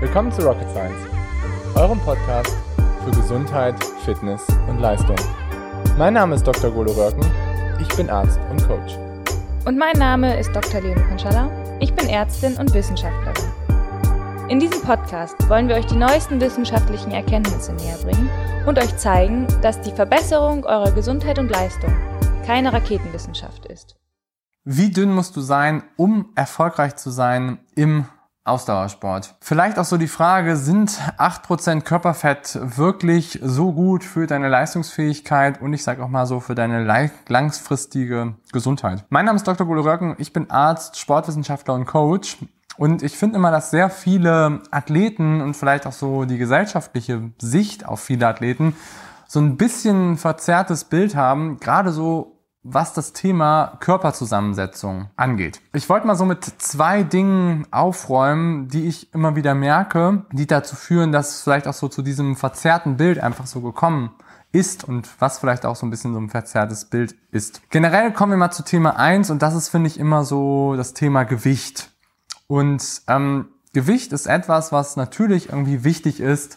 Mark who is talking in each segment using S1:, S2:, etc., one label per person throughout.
S1: Willkommen zu Rocket Science, eurem Podcast für Gesundheit, Fitness und Leistung. Mein Name ist Dr. Golo Röhrken, ich bin Arzt und Coach.
S2: Und mein Name ist Dr. Leonie Konschalla, ich bin Ärztin und Wissenschaftlerin. In diesem Podcast wollen wir euch die neuesten wissenschaftlichen Erkenntnisse näherbringen und euch zeigen, dass die Verbesserung eurer Gesundheit und Leistung keine Raketenwissenschaft ist.
S1: Wie dünn musst du sein, um erfolgreich zu sein im Ausdauersport? Vielleicht auch so die Frage, sind 8% Körperfett wirklich so gut für deine Leistungsfähigkeit und ich sage auch mal so für deine langfristige Gesundheit? Mein Name ist Dr. Golo Röhrken, ich bin Arzt, Sportwissenschaftler und Coach und ich finde immer, dass sehr viele Athleten und vielleicht auch so die gesellschaftliche Sicht auf viele Athleten so ein bisschen verzerrtes Bild haben, gerade so was das Thema Körperzusammensetzung angeht. Ich wollte mal so mit 2 Dingen aufräumen, die ich immer wieder merke, die dazu führen, dass es vielleicht auch so zu diesem verzerrten Bild einfach so gekommen ist und was vielleicht auch so ein bisschen so ein verzerrtes Bild ist. Generell kommen wir mal zu Thema 1 und das ist, finde ich, immer so das Thema Gewicht. Und Gewicht ist etwas, was natürlich irgendwie wichtig ist,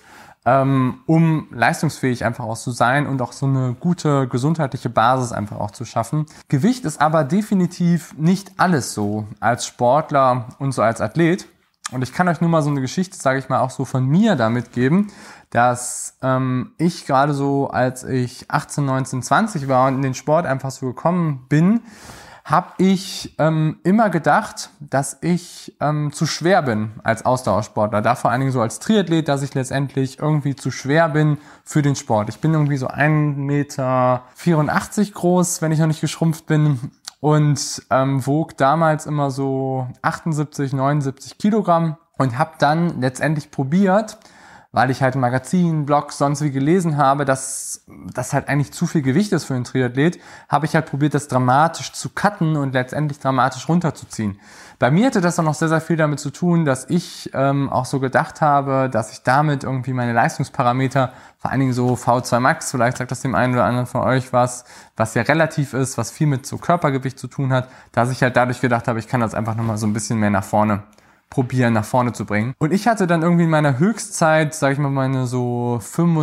S1: um leistungsfähig einfach auch zu sein und auch so eine gute gesundheitliche Basis einfach auch zu schaffen. Gewicht ist aber definitiv nicht alles so als Sportler und so als Athlet. Und ich kann euch nur mal so eine Geschichte, sage ich mal, auch so von mir da mitgeben, dass ich gerade so, als ich 18, 19, 20 war und in den Sport einfach so gekommen bin, habe ich immer gedacht, dass ich zu schwer bin als Ausdauersportler. Da vor allen Dingen so als Triathlet, dass ich letztendlich irgendwie zu schwer bin für den Sport. Ich bin irgendwie so 1,84 Meter groß, wenn ich noch nicht geschrumpft bin. Und wog damals immer so 78, 79 Kilogramm. Und habe dann letztendlich probiert, weil ich halt in Magazinen, Blogs, sonst wie gelesen habe, dass das halt eigentlich zu viel Gewicht ist für einen Triathlet, habe ich halt probiert, das dramatisch zu cutten und letztendlich dramatisch runterzuziehen. Bei mir hatte das auch noch sehr, sehr viel damit zu tun, dass ich auch so gedacht habe, dass ich damit irgendwie meine Leistungsparameter, vor allen Dingen so V2 Max, vielleicht sagt das dem einen oder anderen von euch was ja relativ ist, was viel mit so Körpergewicht zu tun hat, dass ich halt dadurch gedacht habe, ich kann das einfach nochmal so ein bisschen mehr nach vorne probieren, nach vorne zu bringen. Und ich hatte dann irgendwie in meiner Höchstzeit, sage ich mal, meine so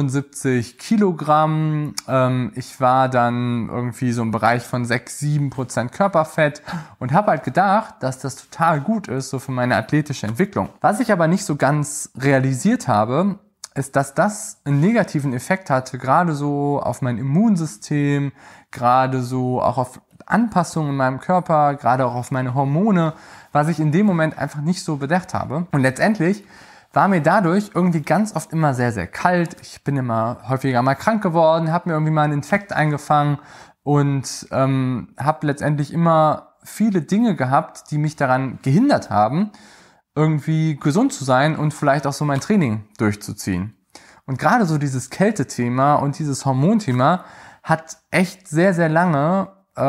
S1: 75 Kilogramm. Ich war dann irgendwie so im Bereich von 6-7% Körperfett und habe halt gedacht, dass das total gut ist, so für meine athletische Entwicklung. Was ich aber nicht so ganz realisiert habe, ist, dass das einen negativen Effekt hatte, gerade so auf mein Immunsystem, gerade so auch auf Anpassungen in meinem Körper, gerade auch auf meine Hormone, was ich in dem Moment einfach nicht so bedacht habe. Und letztendlich war mir dadurch irgendwie ganz oft immer sehr, sehr kalt. Ich bin immer häufiger mal krank geworden, habe mir irgendwie mal einen Infekt eingefangen und habe letztendlich immer viele Dinge gehabt, die mich daran gehindert haben, irgendwie gesund zu sein und vielleicht auch so mein Training durchzuziehen. Und gerade so dieses Kältethema und dieses Hormonthema hat echt sehr, sehr lange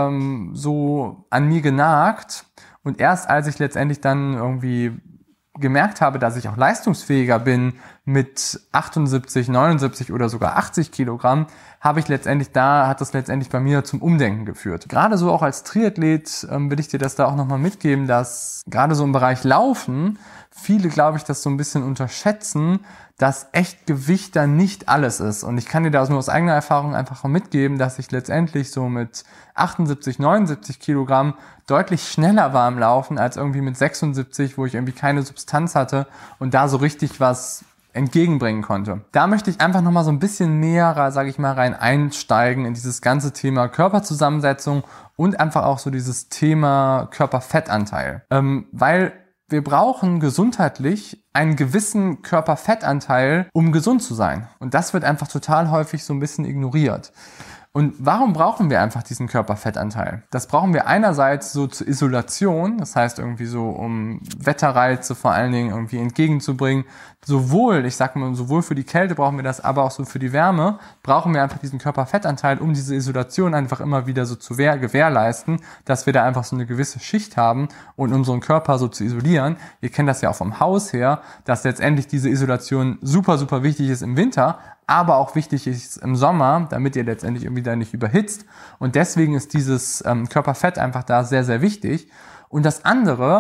S1: so an mir genagt. Und erst als ich letztendlich dann irgendwie gemerkt habe, dass ich auch leistungsfähiger bin mit 78, 79 oder sogar 80 Kilogramm, hat das letztendlich bei mir zum Umdenken geführt. Gerade so auch als Triathlet will ich dir das da auch nochmal mitgeben, dass gerade so im Bereich Laufen viele, glaube ich, das so ein bisschen unterschätzen, dass echt Gewicht dann nicht alles ist. Und ich kann dir da nur aus eigener Erfahrung einfach mitgeben, dass ich letztendlich so mit 78, 79 Kilogramm deutlich schneller war im Laufen als irgendwie mit 76, wo ich irgendwie keine Substanz hatte und da so richtig was entgegenbringen konnte. Da möchte ich einfach nochmal so ein bisschen näher, sage ich mal, rein einsteigen in dieses ganze Thema Körperzusammensetzung und einfach auch so dieses Thema Körperfettanteil. Weil wir brauchen gesundheitlich einen gewissen Körperfettanteil, um gesund zu sein. Und das wird einfach total häufig so ein bisschen ignoriert. Und warum brauchen wir einfach diesen Körperfettanteil? Das brauchen wir einerseits so zur Isolation, das heißt irgendwie so, um Wetterreize vor allen Dingen irgendwie entgegenzubringen. Sowohl für die Kälte brauchen wir das, aber auch so für die Wärme brauchen wir einfach diesen Körperfettanteil, um diese Isolation einfach immer wieder so zu gewährleisten, dass wir da einfach so eine gewisse Schicht haben und unseren Körper so zu isolieren. Ihr kennt das ja auch vom Haus her, dass letztendlich diese Isolation super, super wichtig ist im Winter, aber auch wichtig ist im Sommer, damit ihr letztendlich irgendwie da nicht überhitzt. Und deswegen ist dieses Körperfett einfach da sehr, sehr wichtig. Und das andere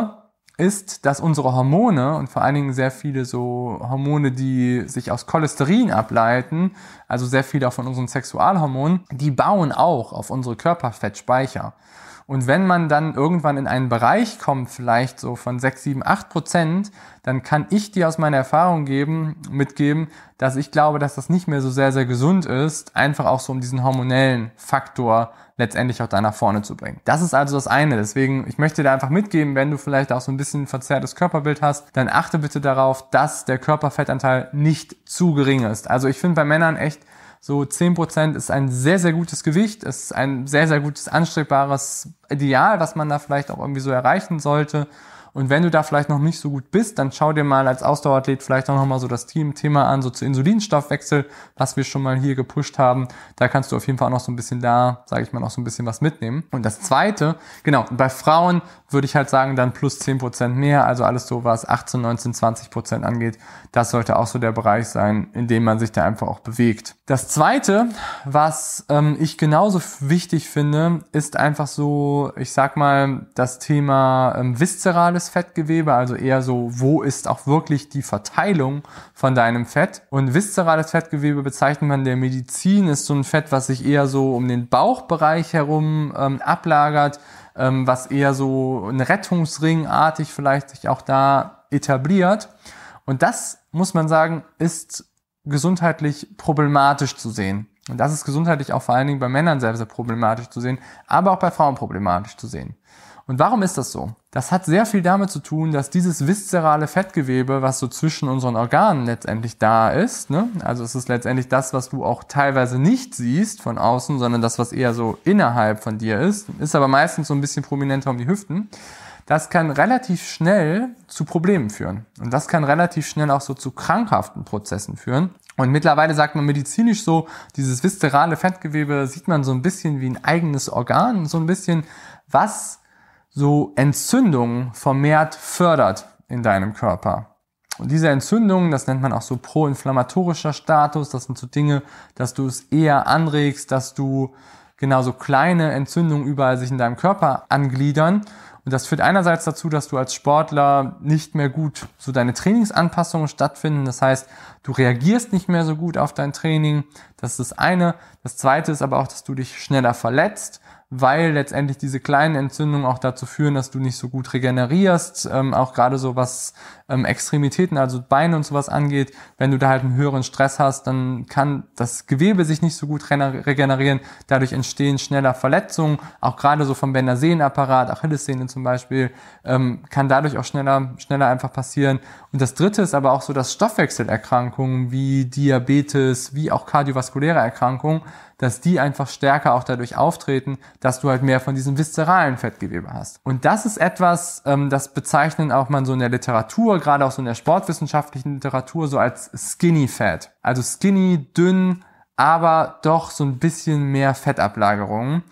S1: ist, dass unsere Hormone und vor allen Dingen sehr viele so Hormone, die sich aus Cholesterin ableiten, also sehr viele auch von unseren Sexualhormonen, die bauen auch auf unsere Körperfettspeicher. Und wenn man dann irgendwann in einen Bereich kommt, vielleicht so von 6, 7, 8%, dann kann ich dir aus meiner Erfahrung mitgeben, dass ich glaube, dass das nicht mehr so sehr, sehr gesund ist, einfach auch so um diesen hormonellen Faktor letztendlich auch da nach vorne zu bringen. Das ist also das eine. Deswegen, ich möchte dir einfach mitgeben, wenn du vielleicht auch so ein bisschen verzerrtes Körperbild hast, dann achte bitte darauf, dass der Körperfettanteil nicht zu gering ist. Also ich finde bei Männern echt, so 10% ist ein sehr, sehr gutes Gewicht, ist ein sehr, sehr gutes, anstrebbares Ideal, was man da vielleicht auch irgendwie so erreichen sollte. Und wenn du da vielleicht noch nicht so gut bist, dann schau dir mal als Ausdauerathlet vielleicht auch nochmal so das Thema an, so zu Insulinstoffwechsel, was wir schon mal hier gepusht haben. Da kannst du auf jeden Fall auch noch so ein bisschen noch so ein bisschen was mitnehmen. Und das Zweite, genau, bei Frauen würde ich halt sagen, dann plus 10% mehr, also alles so, was 18, 19, 20% angeht. Das sollte auch so der Bereich sein, in dem man sich da einfach auch bewegt. Das Zweite, was ich genauso wichtig finde, ist einfach so, ich sag mal, das Thema viszerales Fettgewebe, also eher so, wo ist auch wirklich die Verteilung von deinem Fett? Und viszerales Fettgewebe bezeichnet man in der Medizin, ist so ein Fett, was sich eher so um den Bauchbereich herum ablagert, was eher so ein Rettungsringartig vielleicht sich auch da etabliert. Und das, muss man sagen, ist gesundheitlich problematisch zu sehen. Und das ist gesundheitlich auch vor allen Dingen bei Männern sehr, sehr problematisch zu sehen, aber auch bei Frauen problematisch zu sehen. Und warum ist das so? Das hat sehr viel damit zu tun, dass dieses viszerale Fettgewebe, was so zwischen unseren Organen letztendlich da ist, ne? Also es ist letztendlich das, was du auch teilweise nicht siehst von außen, sondern das, was eher so innerhalb von dir ist aber meistens so ein bisschen prominenter um die Hüften. Das kann relativ schnell zu Problemen führen. Und das kann relativ schnell auch so zu krankhaften Prozessen führen. Und mittlerweile sagt man medizinisch so, dieses viszerale Fettgewebe sieht man so ein bisschen wie ein eigenes Organ, so ein bisschen, was so Entzündungen vermehrt fördert in deinem Körper. Und diese Entzündungen, das nennt man auch so proinflammatorischer Status, das sind so Dinge, dass du es eher anregst, dass du genauso kleine Entzündungen überall sich in deinem Körper angliedern. Und das führt einerseits dazu, dass du als Sportler nicht mehr gut so deine Trainingsanpassungen stattfinden. Das heißt, du reagierst nicht mehr so gut auf dein Training. Das ist das eine. Das zweite ist aber auch, dass du dich schneller verletzt, weil letztendlich diese kleinen Entzündungen auch dazu führen, dass du nicht so gut regenerierst, auch gerade so was Extremitäten, also Beine und sowas angeht. Wenn du da halt einen höheren Stress hast, dann kann das Gewebe sich nicht so gut regenerieren. Dadurch entstehen schneller Verletzungen, auch gerade so vom Bändersehnenapparat, Achillessehne zum Beispiel, kann dadurch auch schneller einfach passieren. Und das dritte ist aber auch so, dass Stoffwechselerkrankungen wie Diabetes, wie auch kardiovaskuläre Erkrankungen, dass die einfach stärker auch dadurch auftreten, dass du halt mehr von diesem viszeralen Fettgewebe hast. Und das ist etwas, das bezeichnen auch man so in der Literatur, gerade auch so in der sportwissenschaftlichen Literatur, so als Skinny Fat. Also skinny, dünn, aber doch so ein bisschen mehr Fettablagerung.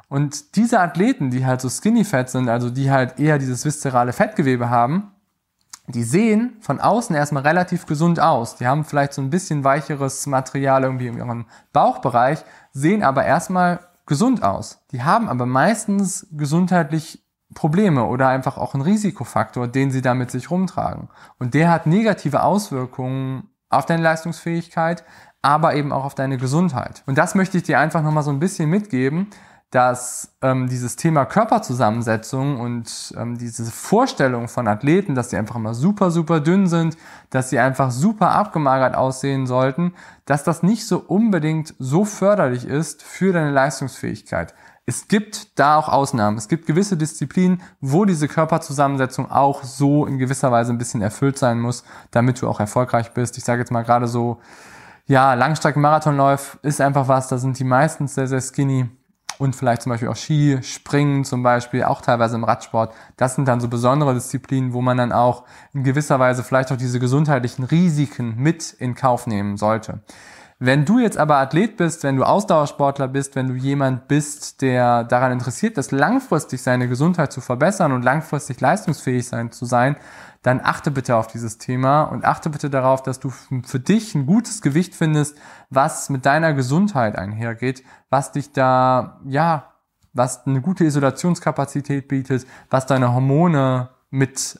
S1: Und diese Athleten, die halt so Skinny Fat sind, also die halt eher dieses viszerale Fettgewebe haben, die sehen von außen erstmal relativ gesund aus. Die haben vielleicht so ein bisschen weicheres Material irgendwie in ihrem Bauchbereich, sehen aber erstmal gesund aus. Die haben aber meistens gesundheitlich Probleme oder einfach auch einen Risikofaktor, den sie da mit sich rumtragen. Und der hat negative Auswirkungen auf deine Leistungsfähigkeit, aber eben auch auf deine Gesundheit. Und das möchte ich dir einfach nochmal so ein bisschen mitgeben, dass dieses Thema Körperzusammensetzung und diese Vorstellung von Athleten, dass sie einfach immer super, super dünn sind, dass sie einfach super abgemagert aussehen sollten, dass das nicht so unbedingt so förderlich ist für deine Leistungsfähigkeit. Es gibt da auch Ausnahmen. Es gibt gewisse Disziplinen, wo diese Körperzusammensetzung auch so in gewisser Weise ein bisschen erfüllt sein muss, damit du auch erfolgreich bist. Ich sage jetzt mal gerade so, ja, Langstrecken-Marathonlauf ist einfach was, da sind die meistens sehr, sehr skinny. Und vielleicht zum Beispiel auch Ski, Springen zum Beispiel, auch teilweise im Radsport. Das sind dann so besondere Disziplinen, wo man dann auch in gewisser Weise vielleicht auch diese gesundheitlichen Risiken mit in Kauf nehmen sollte. Wenn du jetzt aber Athlet bist, wenn du Ausdauersportler bist, wenn du jemand bist, der daran interessiert ist, langfristig seine Gesundheit zu verbessern und langfristig leistungsfähig zu sein, dann achte bitte auf dieses Thema und achte bitte darauf, dass du für dich ein gutes Gewicht findest, was mit deiner Gesundheit einhergeht, was dich da, ja, was eine gute Isolationskapazität bietet, was deine Hormone mit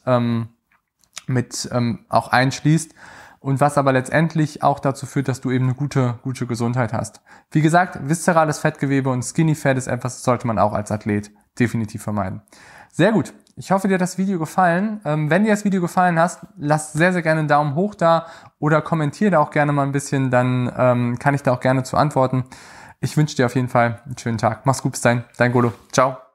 S1: auch einschließt und was aber letztendlich auch dazu führt, dass du eben eine gute Gesundheit hast. Wie gesagt, viszerales Fettgewebe und Skinny Fat ist etwas, das sollte man auch als Athlet definitiv vermeiden. Sehr gut. Ich hoffe, dir hat das Video gefallen. Wenn dir das Video gefallen hat, lass sehr, sehr gerne einen Daumen hoch da oder kommentiere da auch gerne mal ein bisschen, dann kann ich da auch gerne zu antworten. Ich wünsche dir auf jeden Fall einen schönen Tag. Mach's gut, bis dahin. Dein Golo. Ciao.